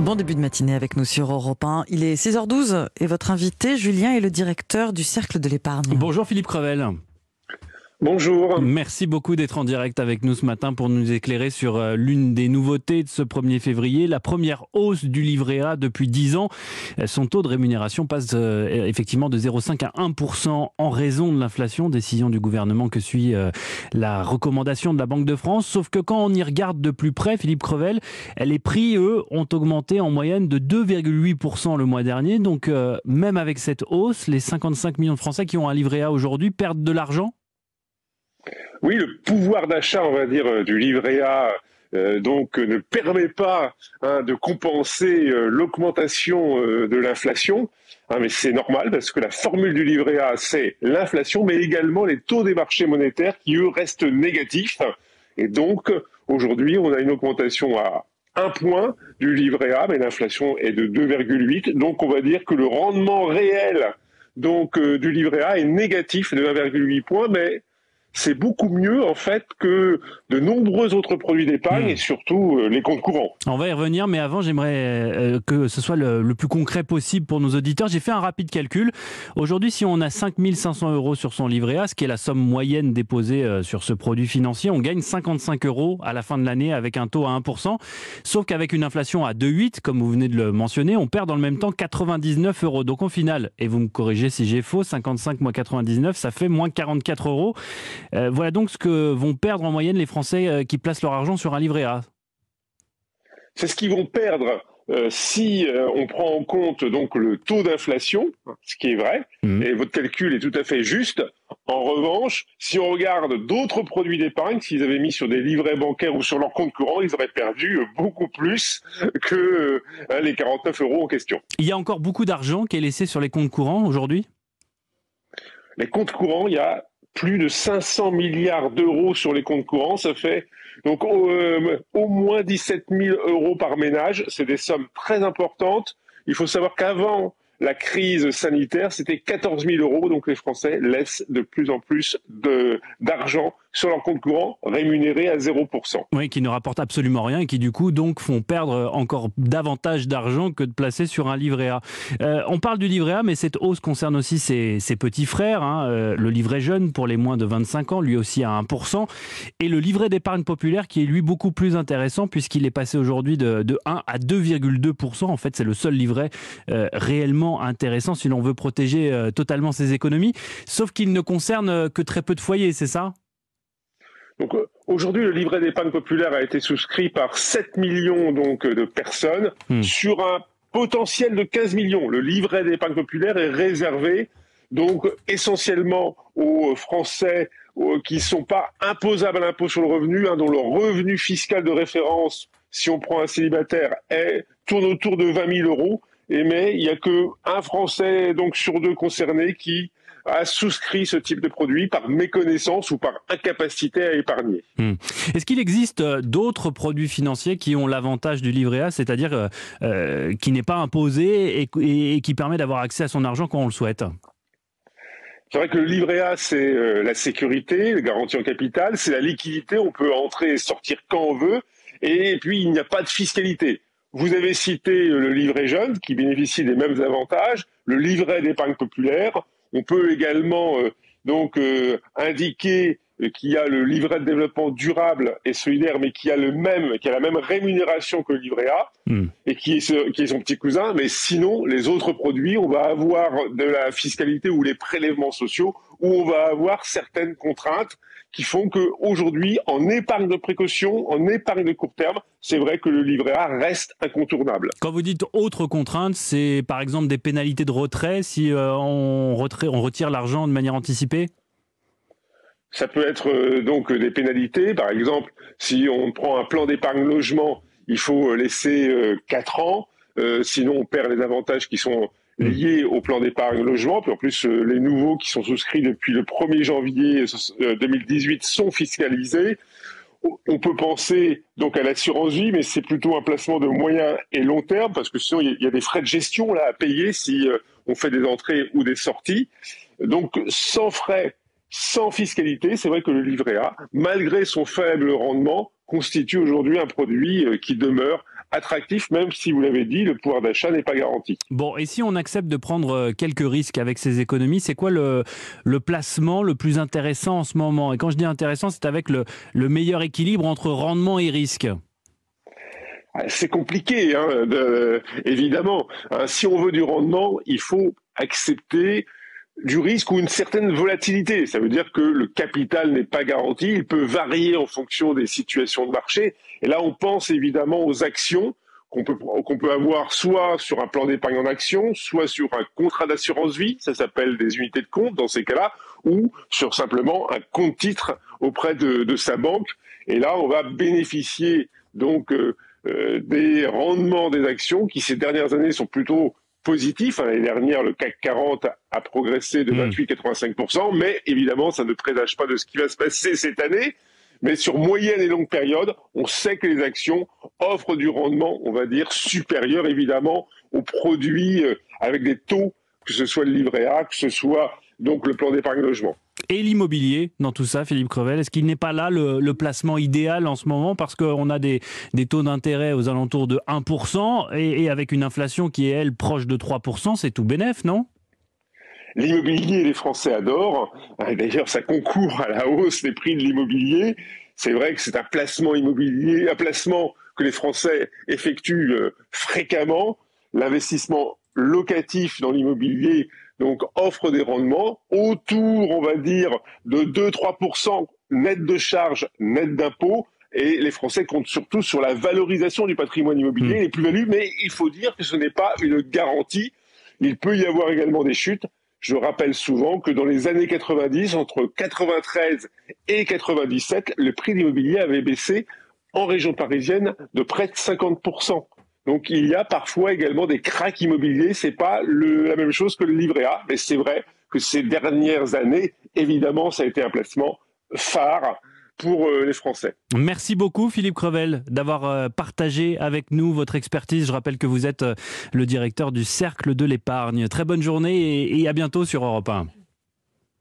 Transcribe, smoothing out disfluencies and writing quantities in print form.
Bon début de matinée avec nous sur Europe 1. Il est 6h12 et votre invité, Julien, est le directeur du Cercle de l'Épargne. Bonjour Philippe Crevel. Bonjour. Merci beaucoup d'être en direct avec nous ce matin pour nous éclairer sur l'une des nouveautés de ce 1er février, la première hausse du livret A depuis 10 ans. Son taux de rémunération passe effectivement de 0,5 à 1% en raison de l'inflation, décision du gouvernement que suit la recommandation de la Banque de France. Sauf que quand on y regarde de plus près, Philippe Crevel, les prix, eux, ont augmenté en moyenne de 2,8% le mois dernier. Donc même avec cette hausse, les 55 millions de Français qui ont un livret A aujourd'hui perdent de l'argent. Oui, le pouvoir d'achat, on va dire, du livret A ne permet pas de compenser l'augmentation de l'inflation. Mais c'est normal parce que la formule du livret A, c'est l'inflation, mais également les taux des marchés monétaires qui, eux, restent négatifs. Et donc, aujourd'hui, on a une augmentation à 1 point du livret A, mais l'inflation est de 2,8. Donc, on va dire que le rendement réel du livret A est négatif de 1,8 points, mais c'est beaucoup mieux en fait que de nombreux autres produits d'épargne et surtout les comptes courants. On va y revenir, mais avant j'aimerais que ce soit le plus concret possible pour nos auditeurs. J'ai fait un rapide calcul. Aujourd'hui, si on a 5 500 € sur son livret A, ce qui est la somme moyenne déposée sur ce produit financier, on gagne 55 € à la fin de l'année avec un taux à 1%. Sauf qu'avec une inflation à 2,8, comme vous venez de le mentionner, on perd dans le même temps 99 €. Donc au final, et vous me corrigez si j'ai faux, 55 moins 99, ça fait moins 44 €. Voilà donc ce que vont perdre en moyenne les Français qui placent leur argent sur un livret A. C'est ce qu'ils vont perdre si on prend en compte donc le taux d'inflation, ce qui est vrai, et votre calcul est tout à fait juste. En revanche, si on regarde d'autres produits d'épargne, s'ils avaient mis sur des livrets bancaires ou sur leur compte courant, ils auraient perdu beaucoup plus que les 49 € en question. Il y a encore beaucoup d'argent qui est laissé sur les comptes courants aujourd'hui ? Les comptes courants, il y a plus de 500 milliards d'euros sur les comptes courants, ça fait donc au moins 17 000 € par ménage. C'est des sommes très importantes. Il faut savoir qu'avant la crise sanitaire, c'était 14 000 €. Donc les Français laissent de plus en plus d'argent sur leur compte courant, rémunéré à 0%. Oui, qui ne rapportent absolument rien et qui du coup donc font perdre encore davantage d'argent que de placer sur un livret A. On parle du livret A, mais cette hausse concerne aussi ses petits frères. Le livret jeune pour les moins de 25 ans, lui aussi à 1%. Et le livret d'épargne populaire qui est lui beaucoup plus intéressant puisqu'il est passé aujourd'hui de 1 à 2,2%. En fait, c'est le seul livret réellement intéressant si l'on veut protéger totalement ses économies. Sauf qu'il ne concerne que très peu de foyers, c'est ça ? Donc aujourd'hui, le livret d'épargne populaire a été souscrit par 7 millions de personnes sur un potentiel de 15 millions. Le livret d'épargne populaire est réservé donc essentiellement aux Français qui ne sont pas imposables à l'impôt sur le revenu, dont le revenu fiscal de référence, si on prend un célibataire, tourne autour de 20 000 €. Mais il n'y a qu'un Français donc sur 2 concernés qui a souscrit ce type de produit par méconnaissance ou par incapacité à épargner. Est-ce qu'il existe d'autres produits financiers qui ont l'avantage du livret A, c'est-à-dire qui n'est pas imposé et qui permet d'avoir accès à son argent quand on le souhaite ? C'est vrai que le livret A, c'est la sécurité, la garantie en capital, c'est la liquidité, on peut entrer et sortir quand on veut, et puis il n'y a pas de fiscalité. Vous avez cité le livret jeune qui bénéficie des mêmes avantages, le livret d'épargne populaire. On peut également indiquer qu'il y a le livret de développement durable et solidaire, mais qui a la même rémunération que le livret A et qui est son petit cousin. Mais sinon, les autres produits, on va avoir de la fiscalité ou les prélèvements sociaux, où on va avoir certaines contraintes qui font qu'aujourd'hui, en épargne de précaution, en épargne de court terme, c'est vrai que le livret A reste incontournable. Quand vous dites autres contraintes, c'est par exemple des pénalités de retrait si on retire l'argent de manière anticipée ? Ça peut être donc des pénalités. Par exemple, si on prend un plan d'épargne logement, il faut laisser 4 ans. Sinon, on perd les avantages qui sont liés au plan d'épargne logement. Puis en plus, les nouveaux qui sont souscrits depuis le 1er janvier 2018 sont fiscalisés. On peut penser donc à l'assurance vie, mais c'est plutôt un placement de moyen et long terme, parce que sinon il y a des frais de gestion là à payer si on fait des entrées ou des sorties. Donc sans frais, sans fiscalité, c'est vrai que le livret A, malgré son faible rendement, constitue aujourd'hui un produit qui demeure attractif, même si, vous l'avez dit, le pouvoir d'achat n'est pas garanti. Bon, et si on accepte de prendre quelques risques avec ces économies, c'est quoi le placement le plus intéressant en ce moment? Et quand je dis intéressant, c'est avec le meilleur équilibre entre rendement et risque. C'est compliqué, évidemment. Si on veut du rendement, il faut accepter du risque ou une certaine volatilité. Ça veut dire que le capital n'est pas garanti, il peut varier en fonction des situations de marché. Et là, on pense évidemment aux actions qu'on peut avoir soit sur un plan d'épargne en action, soit sur un contrat d'assurance vie, ça s'appelle des unités de compte dans ces cas-là, ou sur simplement un compte titre auprès de sa banque. Et là, on va bénéficier donc des rendements des actions qui ces dernières années sont plutôt positifs. L'année dernière, le CAC 40 a progressé de 28,85%, mais évidemment, ça ne présage pas de ce qui va se passer cette année. Mais sur moyenne et longue période, on sait que les actions offrent du rendement, on va dire, supérieur évidemment aux produits avec des taux, que ce soit le livret A, que ce soit donc le plan d'épargne logement. Et l'immobilier dans tout ça, Philippe Crevel, est-ce qu'il n'est pas là le placement idéal en ce moment parce qu'on a des taux d'intérêt aux alentours de 1% et avec une inflation qui est, elle, proche de 3%, c'est tout bénef, non ? L'immobilier, les Français adorent. D'ailleurs, ça concourt à la hausse des prix de l'immobilier. C'est vrai que c'est un placement immobilier, un placement que les Français effectuent fréquemment. L'investissement locatif dans l'immobilier donc offre des rendements autour, on va dire, de 2-3% net de charges, net d'impôts. Et les Français comptent surtout sur la valorisation du patrimoine immobilier, les plus-values. Mais il faut dire que ce n'est pas une garantie. Il peut y avoir également des chutes. Je rappelle souvent que dans les années 90, entre 93 et 97, le prix de l'immobilier avait baissé en région parisienne de près de 50%. Donc il y a parfois également des cracks immobiliers. C'est pas la même chose que le livret A, mais c'est vrai que ces dernières années, évidemment, ça a été un placement phare pour les Français. Merci beaucoup Philippe Crevel d'avoir partagé avec nous votre expertise. Je rappelle que vous êtes le directeur du Cercle de l'épargne. Très bonne journée et à bientôt sur Europe 1.